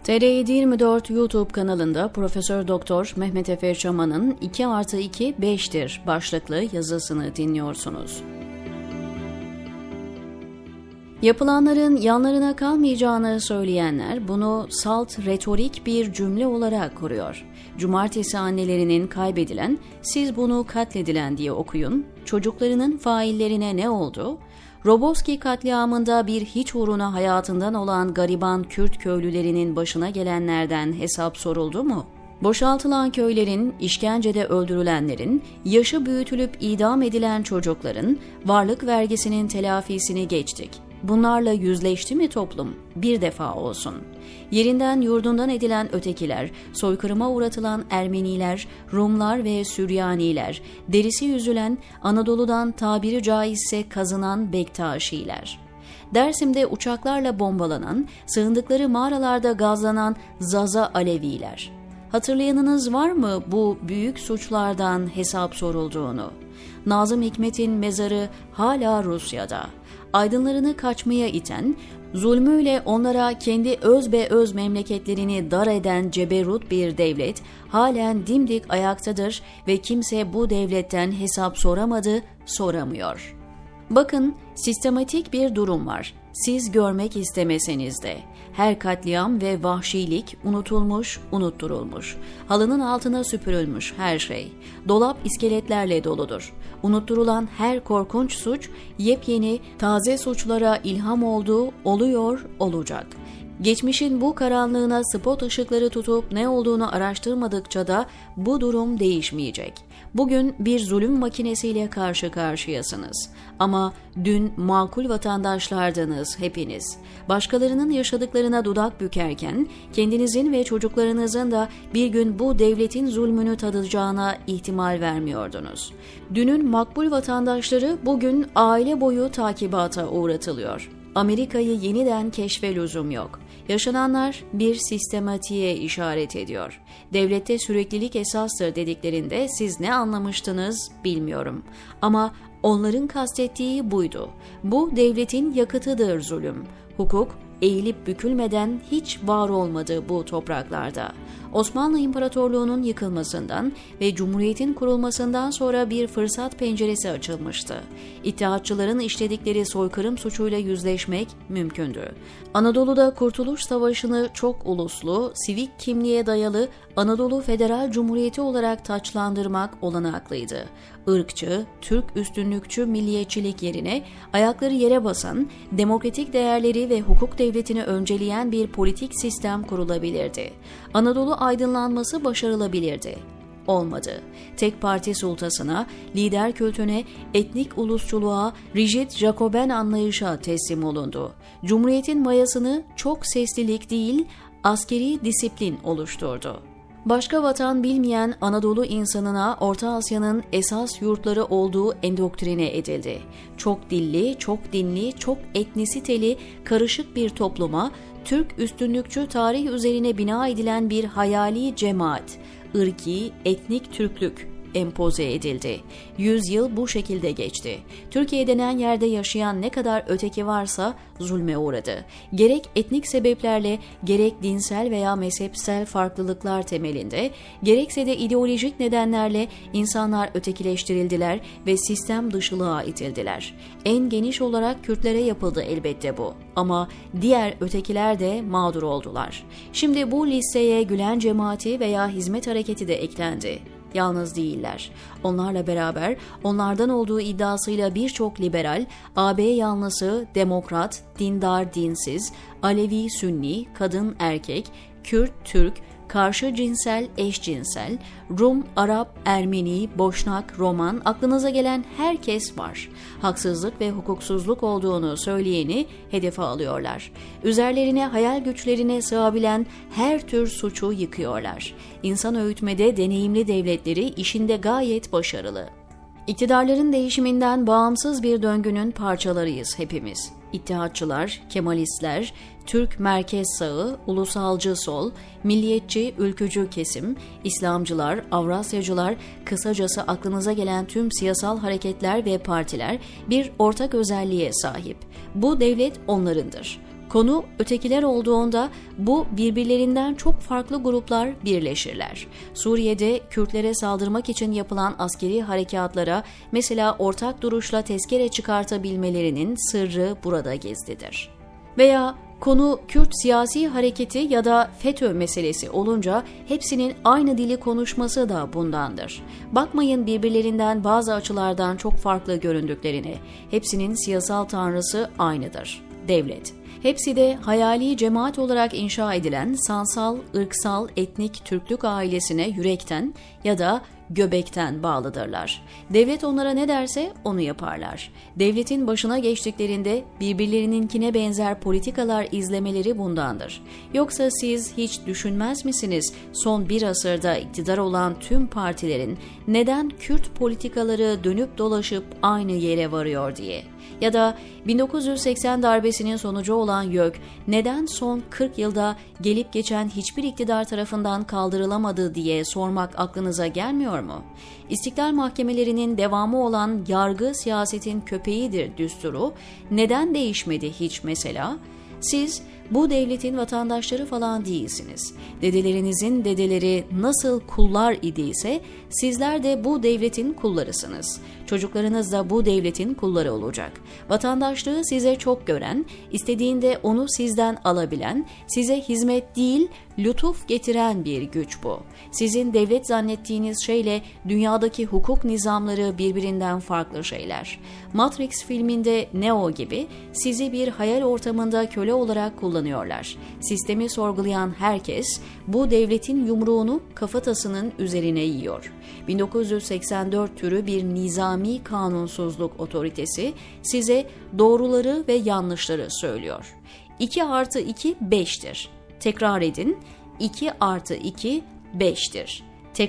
TR724 YouTube kanalında Profesör Doktor Mehmet Efe Çaman'ın 2+2 5'tir başlıklı yazısını dinliyorsunuz. Yapılanların yanlarına kalmayacağını söyleyenler bunu salt retorik bir cümle olarak kuruyor. Cumartesi annelerinin kaybedilen, siz bunu katledilen diye okuyun, çocuklarının faillerine ne oldu? Roboski katliamında bir hiç uğruna hayatından olan gariban Kürt köylülerinin başına gelenlerden hesap soruldu mu? Boşaltılan köylerin, işkencede öldürülenlerin, yaşı büyütülüp idam edilen çocukların, varlık vergisinin telafisini geçtik. Bunlarla yüzleşti mi toplum? Bir defa olsun. Yerinden yurdundan edilen ötekiler, soykırıma uğratılan Ermeniler, Rumlar ve Süryaniler, derisi yüzülen, Anadolu'dan tabiri caizse kazınan Bektaşiler. Dersim'de uçaklarla bombalanan, sığındıkları mağaralarda gazlanan Zaza Aleviler. Hatırlayanınız var mı bu büyük suçlardan hesap sorulduğunu? Nazım Hikmet'in mezarı hala Rusya'da. Aydınlarını kaçmaya iten, zulmüyle onlara kendi öz memleketlerini dar eden ceberut bir devlet halen dimdik ayaktadır ve kimse bu devletten hesap soramadı, soramıyor. Bakın, sistematik bir durum var. Siz görmek istemeseniz de. Her katliam ve vahşilik unutulmuş, unutturulmuş. Halının altına süpürülmüş her şey. Dolap iskeletlerle doludur. Unutturulan her korkunç suç, yepyeni, taze suçlara ilham olduğu, oluyor, olacak. Geçmişin bu karanlığına spot ışıkları tutup ne olduğunu araştırmadıkça da bu durum değişmeyecek. Bugün bir zulüm makinesiyle karşı karşıyasınız. Ama dün makul vatandaşlardınız hepiniz. Başkalarının yaşadıklarına dudak bükerken, kendinizin ve çocuklarınızın da bir gün bu devletin zulmünü tadacağına ihtimal vermiyordunuz. Dünün makbul vatandaşları bugün aile boyu takibata uğratılıyor. Amerika'yı yeniden keşfe lüzum yok. Yaşananlar bir sistematiğe işaret ediyor. Devlette süreklilik esastır dediklerinde siz ne anlamıştınız bilmiyorum. Ama onların kastettiği buydu. Bu devletin yakıtıdır zulüm. Hukuk eğilip bükülmeden hiç var olmadı bu topraklarda. Osmanlı İmparatorluğu'nun yıkılmasından ve Cumhuriyet'in kurulmasından sonra bir fırsat penceresi açılmıştı. İttihatçıların işledikleri soykırım suçuyla yüzleşmek mümkündü. Anadolu'da Kurtuluş Savaşı'nı çok uluslu, sivik kimliğe dayalı Anadolu Federal Cumhuriyeti olarak taçlandırmak olanaklıydı. Irkçı, Türk üstünlükçü milliyetçilik yerine ayakları yere basan, demokratik değerleri ve hukuk devletini önceleyen bir politik sistem kurulabilirdi. Anadolu aydınlanması başarılabilirdi. Olmadı. Tek parti sultasına, lider kültüne, etnik ulusçuluğa, rigid Jacoben anlayışa teslim olundu. Cumhuriyetin mayasını çok seslilik değil, askeri disiplin oluşturdu. Başka vatan bilmeyen Anadolu insanına Orta Asya'nın esas yurtları olduğu endoktrine edildi. Çok dilli, çok dinli, çok etnisiteli, karışık bir topluma, Türk üstünlükçü tarih üzerine bina edilen bir hayali cemaat, ırki, etnik Türklük empoze edildi. 100 yıl bu şekilde geçti. Türkiye denen yerde yaşayan ne kadar öteki varsa zulme uğradı. Gerek etnik sebeplerle, gerek dinsel veya mezhepsel farklılıklar temelinde, gerekse de ideolojik nedenlerle insanlar ötekileştirildiler ve sistem dışılığa itildiler. En geniş olarak Kürtlere yapıldı elbette bu. Ama diğer ötekiler de mağdur oldular. Şimdi bu listeye Gülen cemaati veya Hizmet Hareketi de eklendi. Yalnız değiller. Onlarla beraber onlardan olduğu iddiasıyla birçok liberal, AB yanlısı, demokrat, dindar, dinsiz, Alevi, Sünni, kadın, erkek, Kürt, Türk, karşı cinsel, eşcinsel, Rum, Arap, Ermeni, Boşnak, Roman, aklınıza gelen herkes var. Haksızlık ve hukuksuzluk olduğunu söyleyeni hedefe alıyorlar. Üzerlerine hayal güçlerine sığabilen her tür suçu yıkıyorlar. İnsan öğütmede deneyimli devletleri işinde gayet başarılı. İktidarların değişiminden bağımsız bir döngünün parçalarıyız hepimiz. İttihatçılar, Kemalistler, Türk merkez sağı, ulusalcı sol, milliyetçi, ülkücü kesim, İslamcılar, Avrasyacılar, kısacası aklınıza gelen tüm siyasal hareketler ve partiler bir ortak özelliğe sahip. Bu devlet onlarındır. Konu ötekiler olduğunda bu birbirlerinden çok farklı gruplar birleşirler. Suriye'de Kürtlere saldırmak için yapılan askeri harekatlara mesela ortak duruşla tezkere çıkartabilmelerinin sırrı burada gizlidir. Veya konu Kürt siyasi hareketi ya da FETÖ meselesi olunca hepsinin aynı dili konuşması da bundandır. Bakmayın birbirlerinden bazı açılardan çok farklı göründüklerine. Hepsinin siyasal tanrısı aynıdır: devlet. Hepsi de hayali cemaat olarak inşa edilen sansal, ırksal, etnik Türklük ailesine yürekten ya da göbekten bağlıdırlar. Devlet onlara ne derse onu yaparlar. Devletin başına geçtiklerinde birbirlerininkine benzer politikalar izlemeleri bundandır. Yoksa siz hiç düşünmez misiniz son bir asırda iktidar olan tüm partilerin neden Kürt politikaları dönüp dolaşıp aynı yere varıyor diye? Ya da 1980 darbesinin sonucu olan YÖK neden son 40 yılda gelip geçen hiçbir iktidar tarafından kaldırılamadı diye sormak aklınıza gelmiyor mu? İstiklal mahkemelerinin devamı olan yargı siyasetin köpeğidir düsturu neden değişmedi hiç mesela? Siz bu devletin vatandaşları falan değilsiniz. Dedelerinizin dedeleri nasıl kullar idiyse sizler de bu devletin kullarısınız. Çocuklarınız da bu devletin kulları olacak. Vatandaşlığı size çok gören, istediğinde onu sizden alabilen, size hizmet değil, lütuf getiren bir güç bu. Sizin devlet zannettiğiniz şeyle dünyadaki hukuk nizamları birbirinden farklı şeyler. Matrix filminde Neo gibi sizi bir hayal ortamında köle olarak kullanıyorlar. Sistemi sorgulayan herkes bu devletin yumruğunu kafatasının üzerine yiyor. 1984 türü bir nizami kanunsuzluk otoritesi size doğruları ve yanlışları söylüyor. 2 + 2 5'tir. Tekrar edin. 2 + 2 5'tir.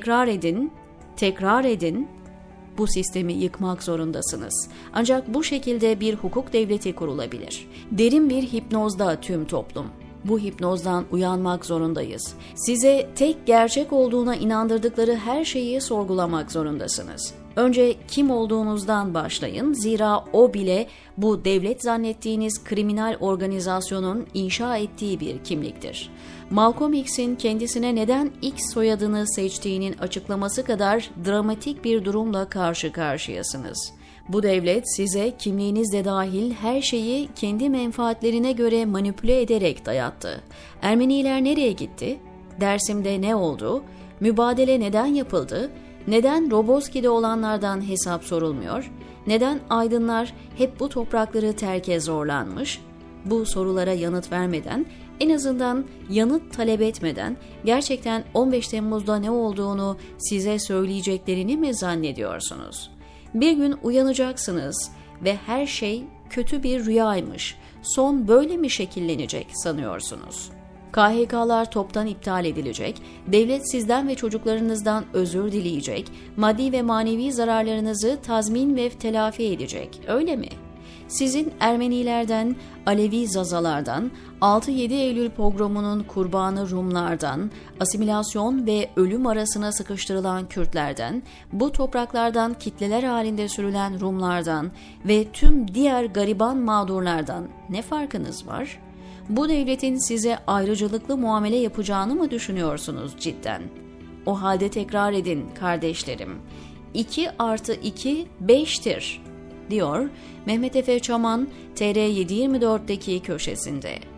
Tekrar edin. Bu sistemi yıkmak zorundasınız. Ancak bu şekilde bir hukuk devleti kurulabilir. Derin bir hipnozda tüm toplum. Bu hipnozdan uyanmak zorundayız. Size tek gerçek olduğuna inandırdıkları her şeyi sorgulamak zorundasınız. Önce kim olduğunuzdan başlayın, zira o bile bu devlet zannettiğiniz kriminal organizasyonun inşa ettiği bir kimliktir. Malcolm X'in kendisine neden X soyadını seçtiğinin açıklaması kadar dramatik bir durumla karşı karşıyasınız. Bu devlet size kimliğiniz de dahil her şeyi kendi menfaatlerine göre manipüle ederek dayattı. Ermeniler nereye gitti? Dersim'de ne oldu? Mübadele neden yapıldı? Neden Roboski'de olanlardan hesap sorulmuyor? Neden aydınlar hep bu toprakları terke zorlanmış? Bu sorulara yanıt vermeden, en azından yanıt talep etmeden gerçekten 15 Temmuz'da ne olduğunu size söyleyeceklerini mi zannediyorsunuz? Bir gün uyanacaksınız ve her şey kötü bir rüyaymış, son böyle mi şekillenecek sanıyorsunuz? KHK'lar toptan iptal edilecek, devlet sizden ve çocuklarınızdan özür dileyecek, maddi ve manevi zararlarınızı tazmin ve telafi edecek, öyle mi? Sizin Ermenilerden, Alevi Zazalardan, 6-7 Eylül pogromunun kurbanı Rumlardan, asimilasyon ve ölüm arasına sıkıştırılan Kürtlerden, bu topraklardan kitleler halinde sürülen Rumlardan ve tüm diğer gariban mağdurlardan ne farkınız var? Bu devletin size ayrıcalıklı muamele yapacağını mı düşünüyorsunuz cidden? O halde tekrar edin kardeşlerim. 2 + 2 5'tir, diyor Mehmet Efe Çaman TR724'deki köşesinde.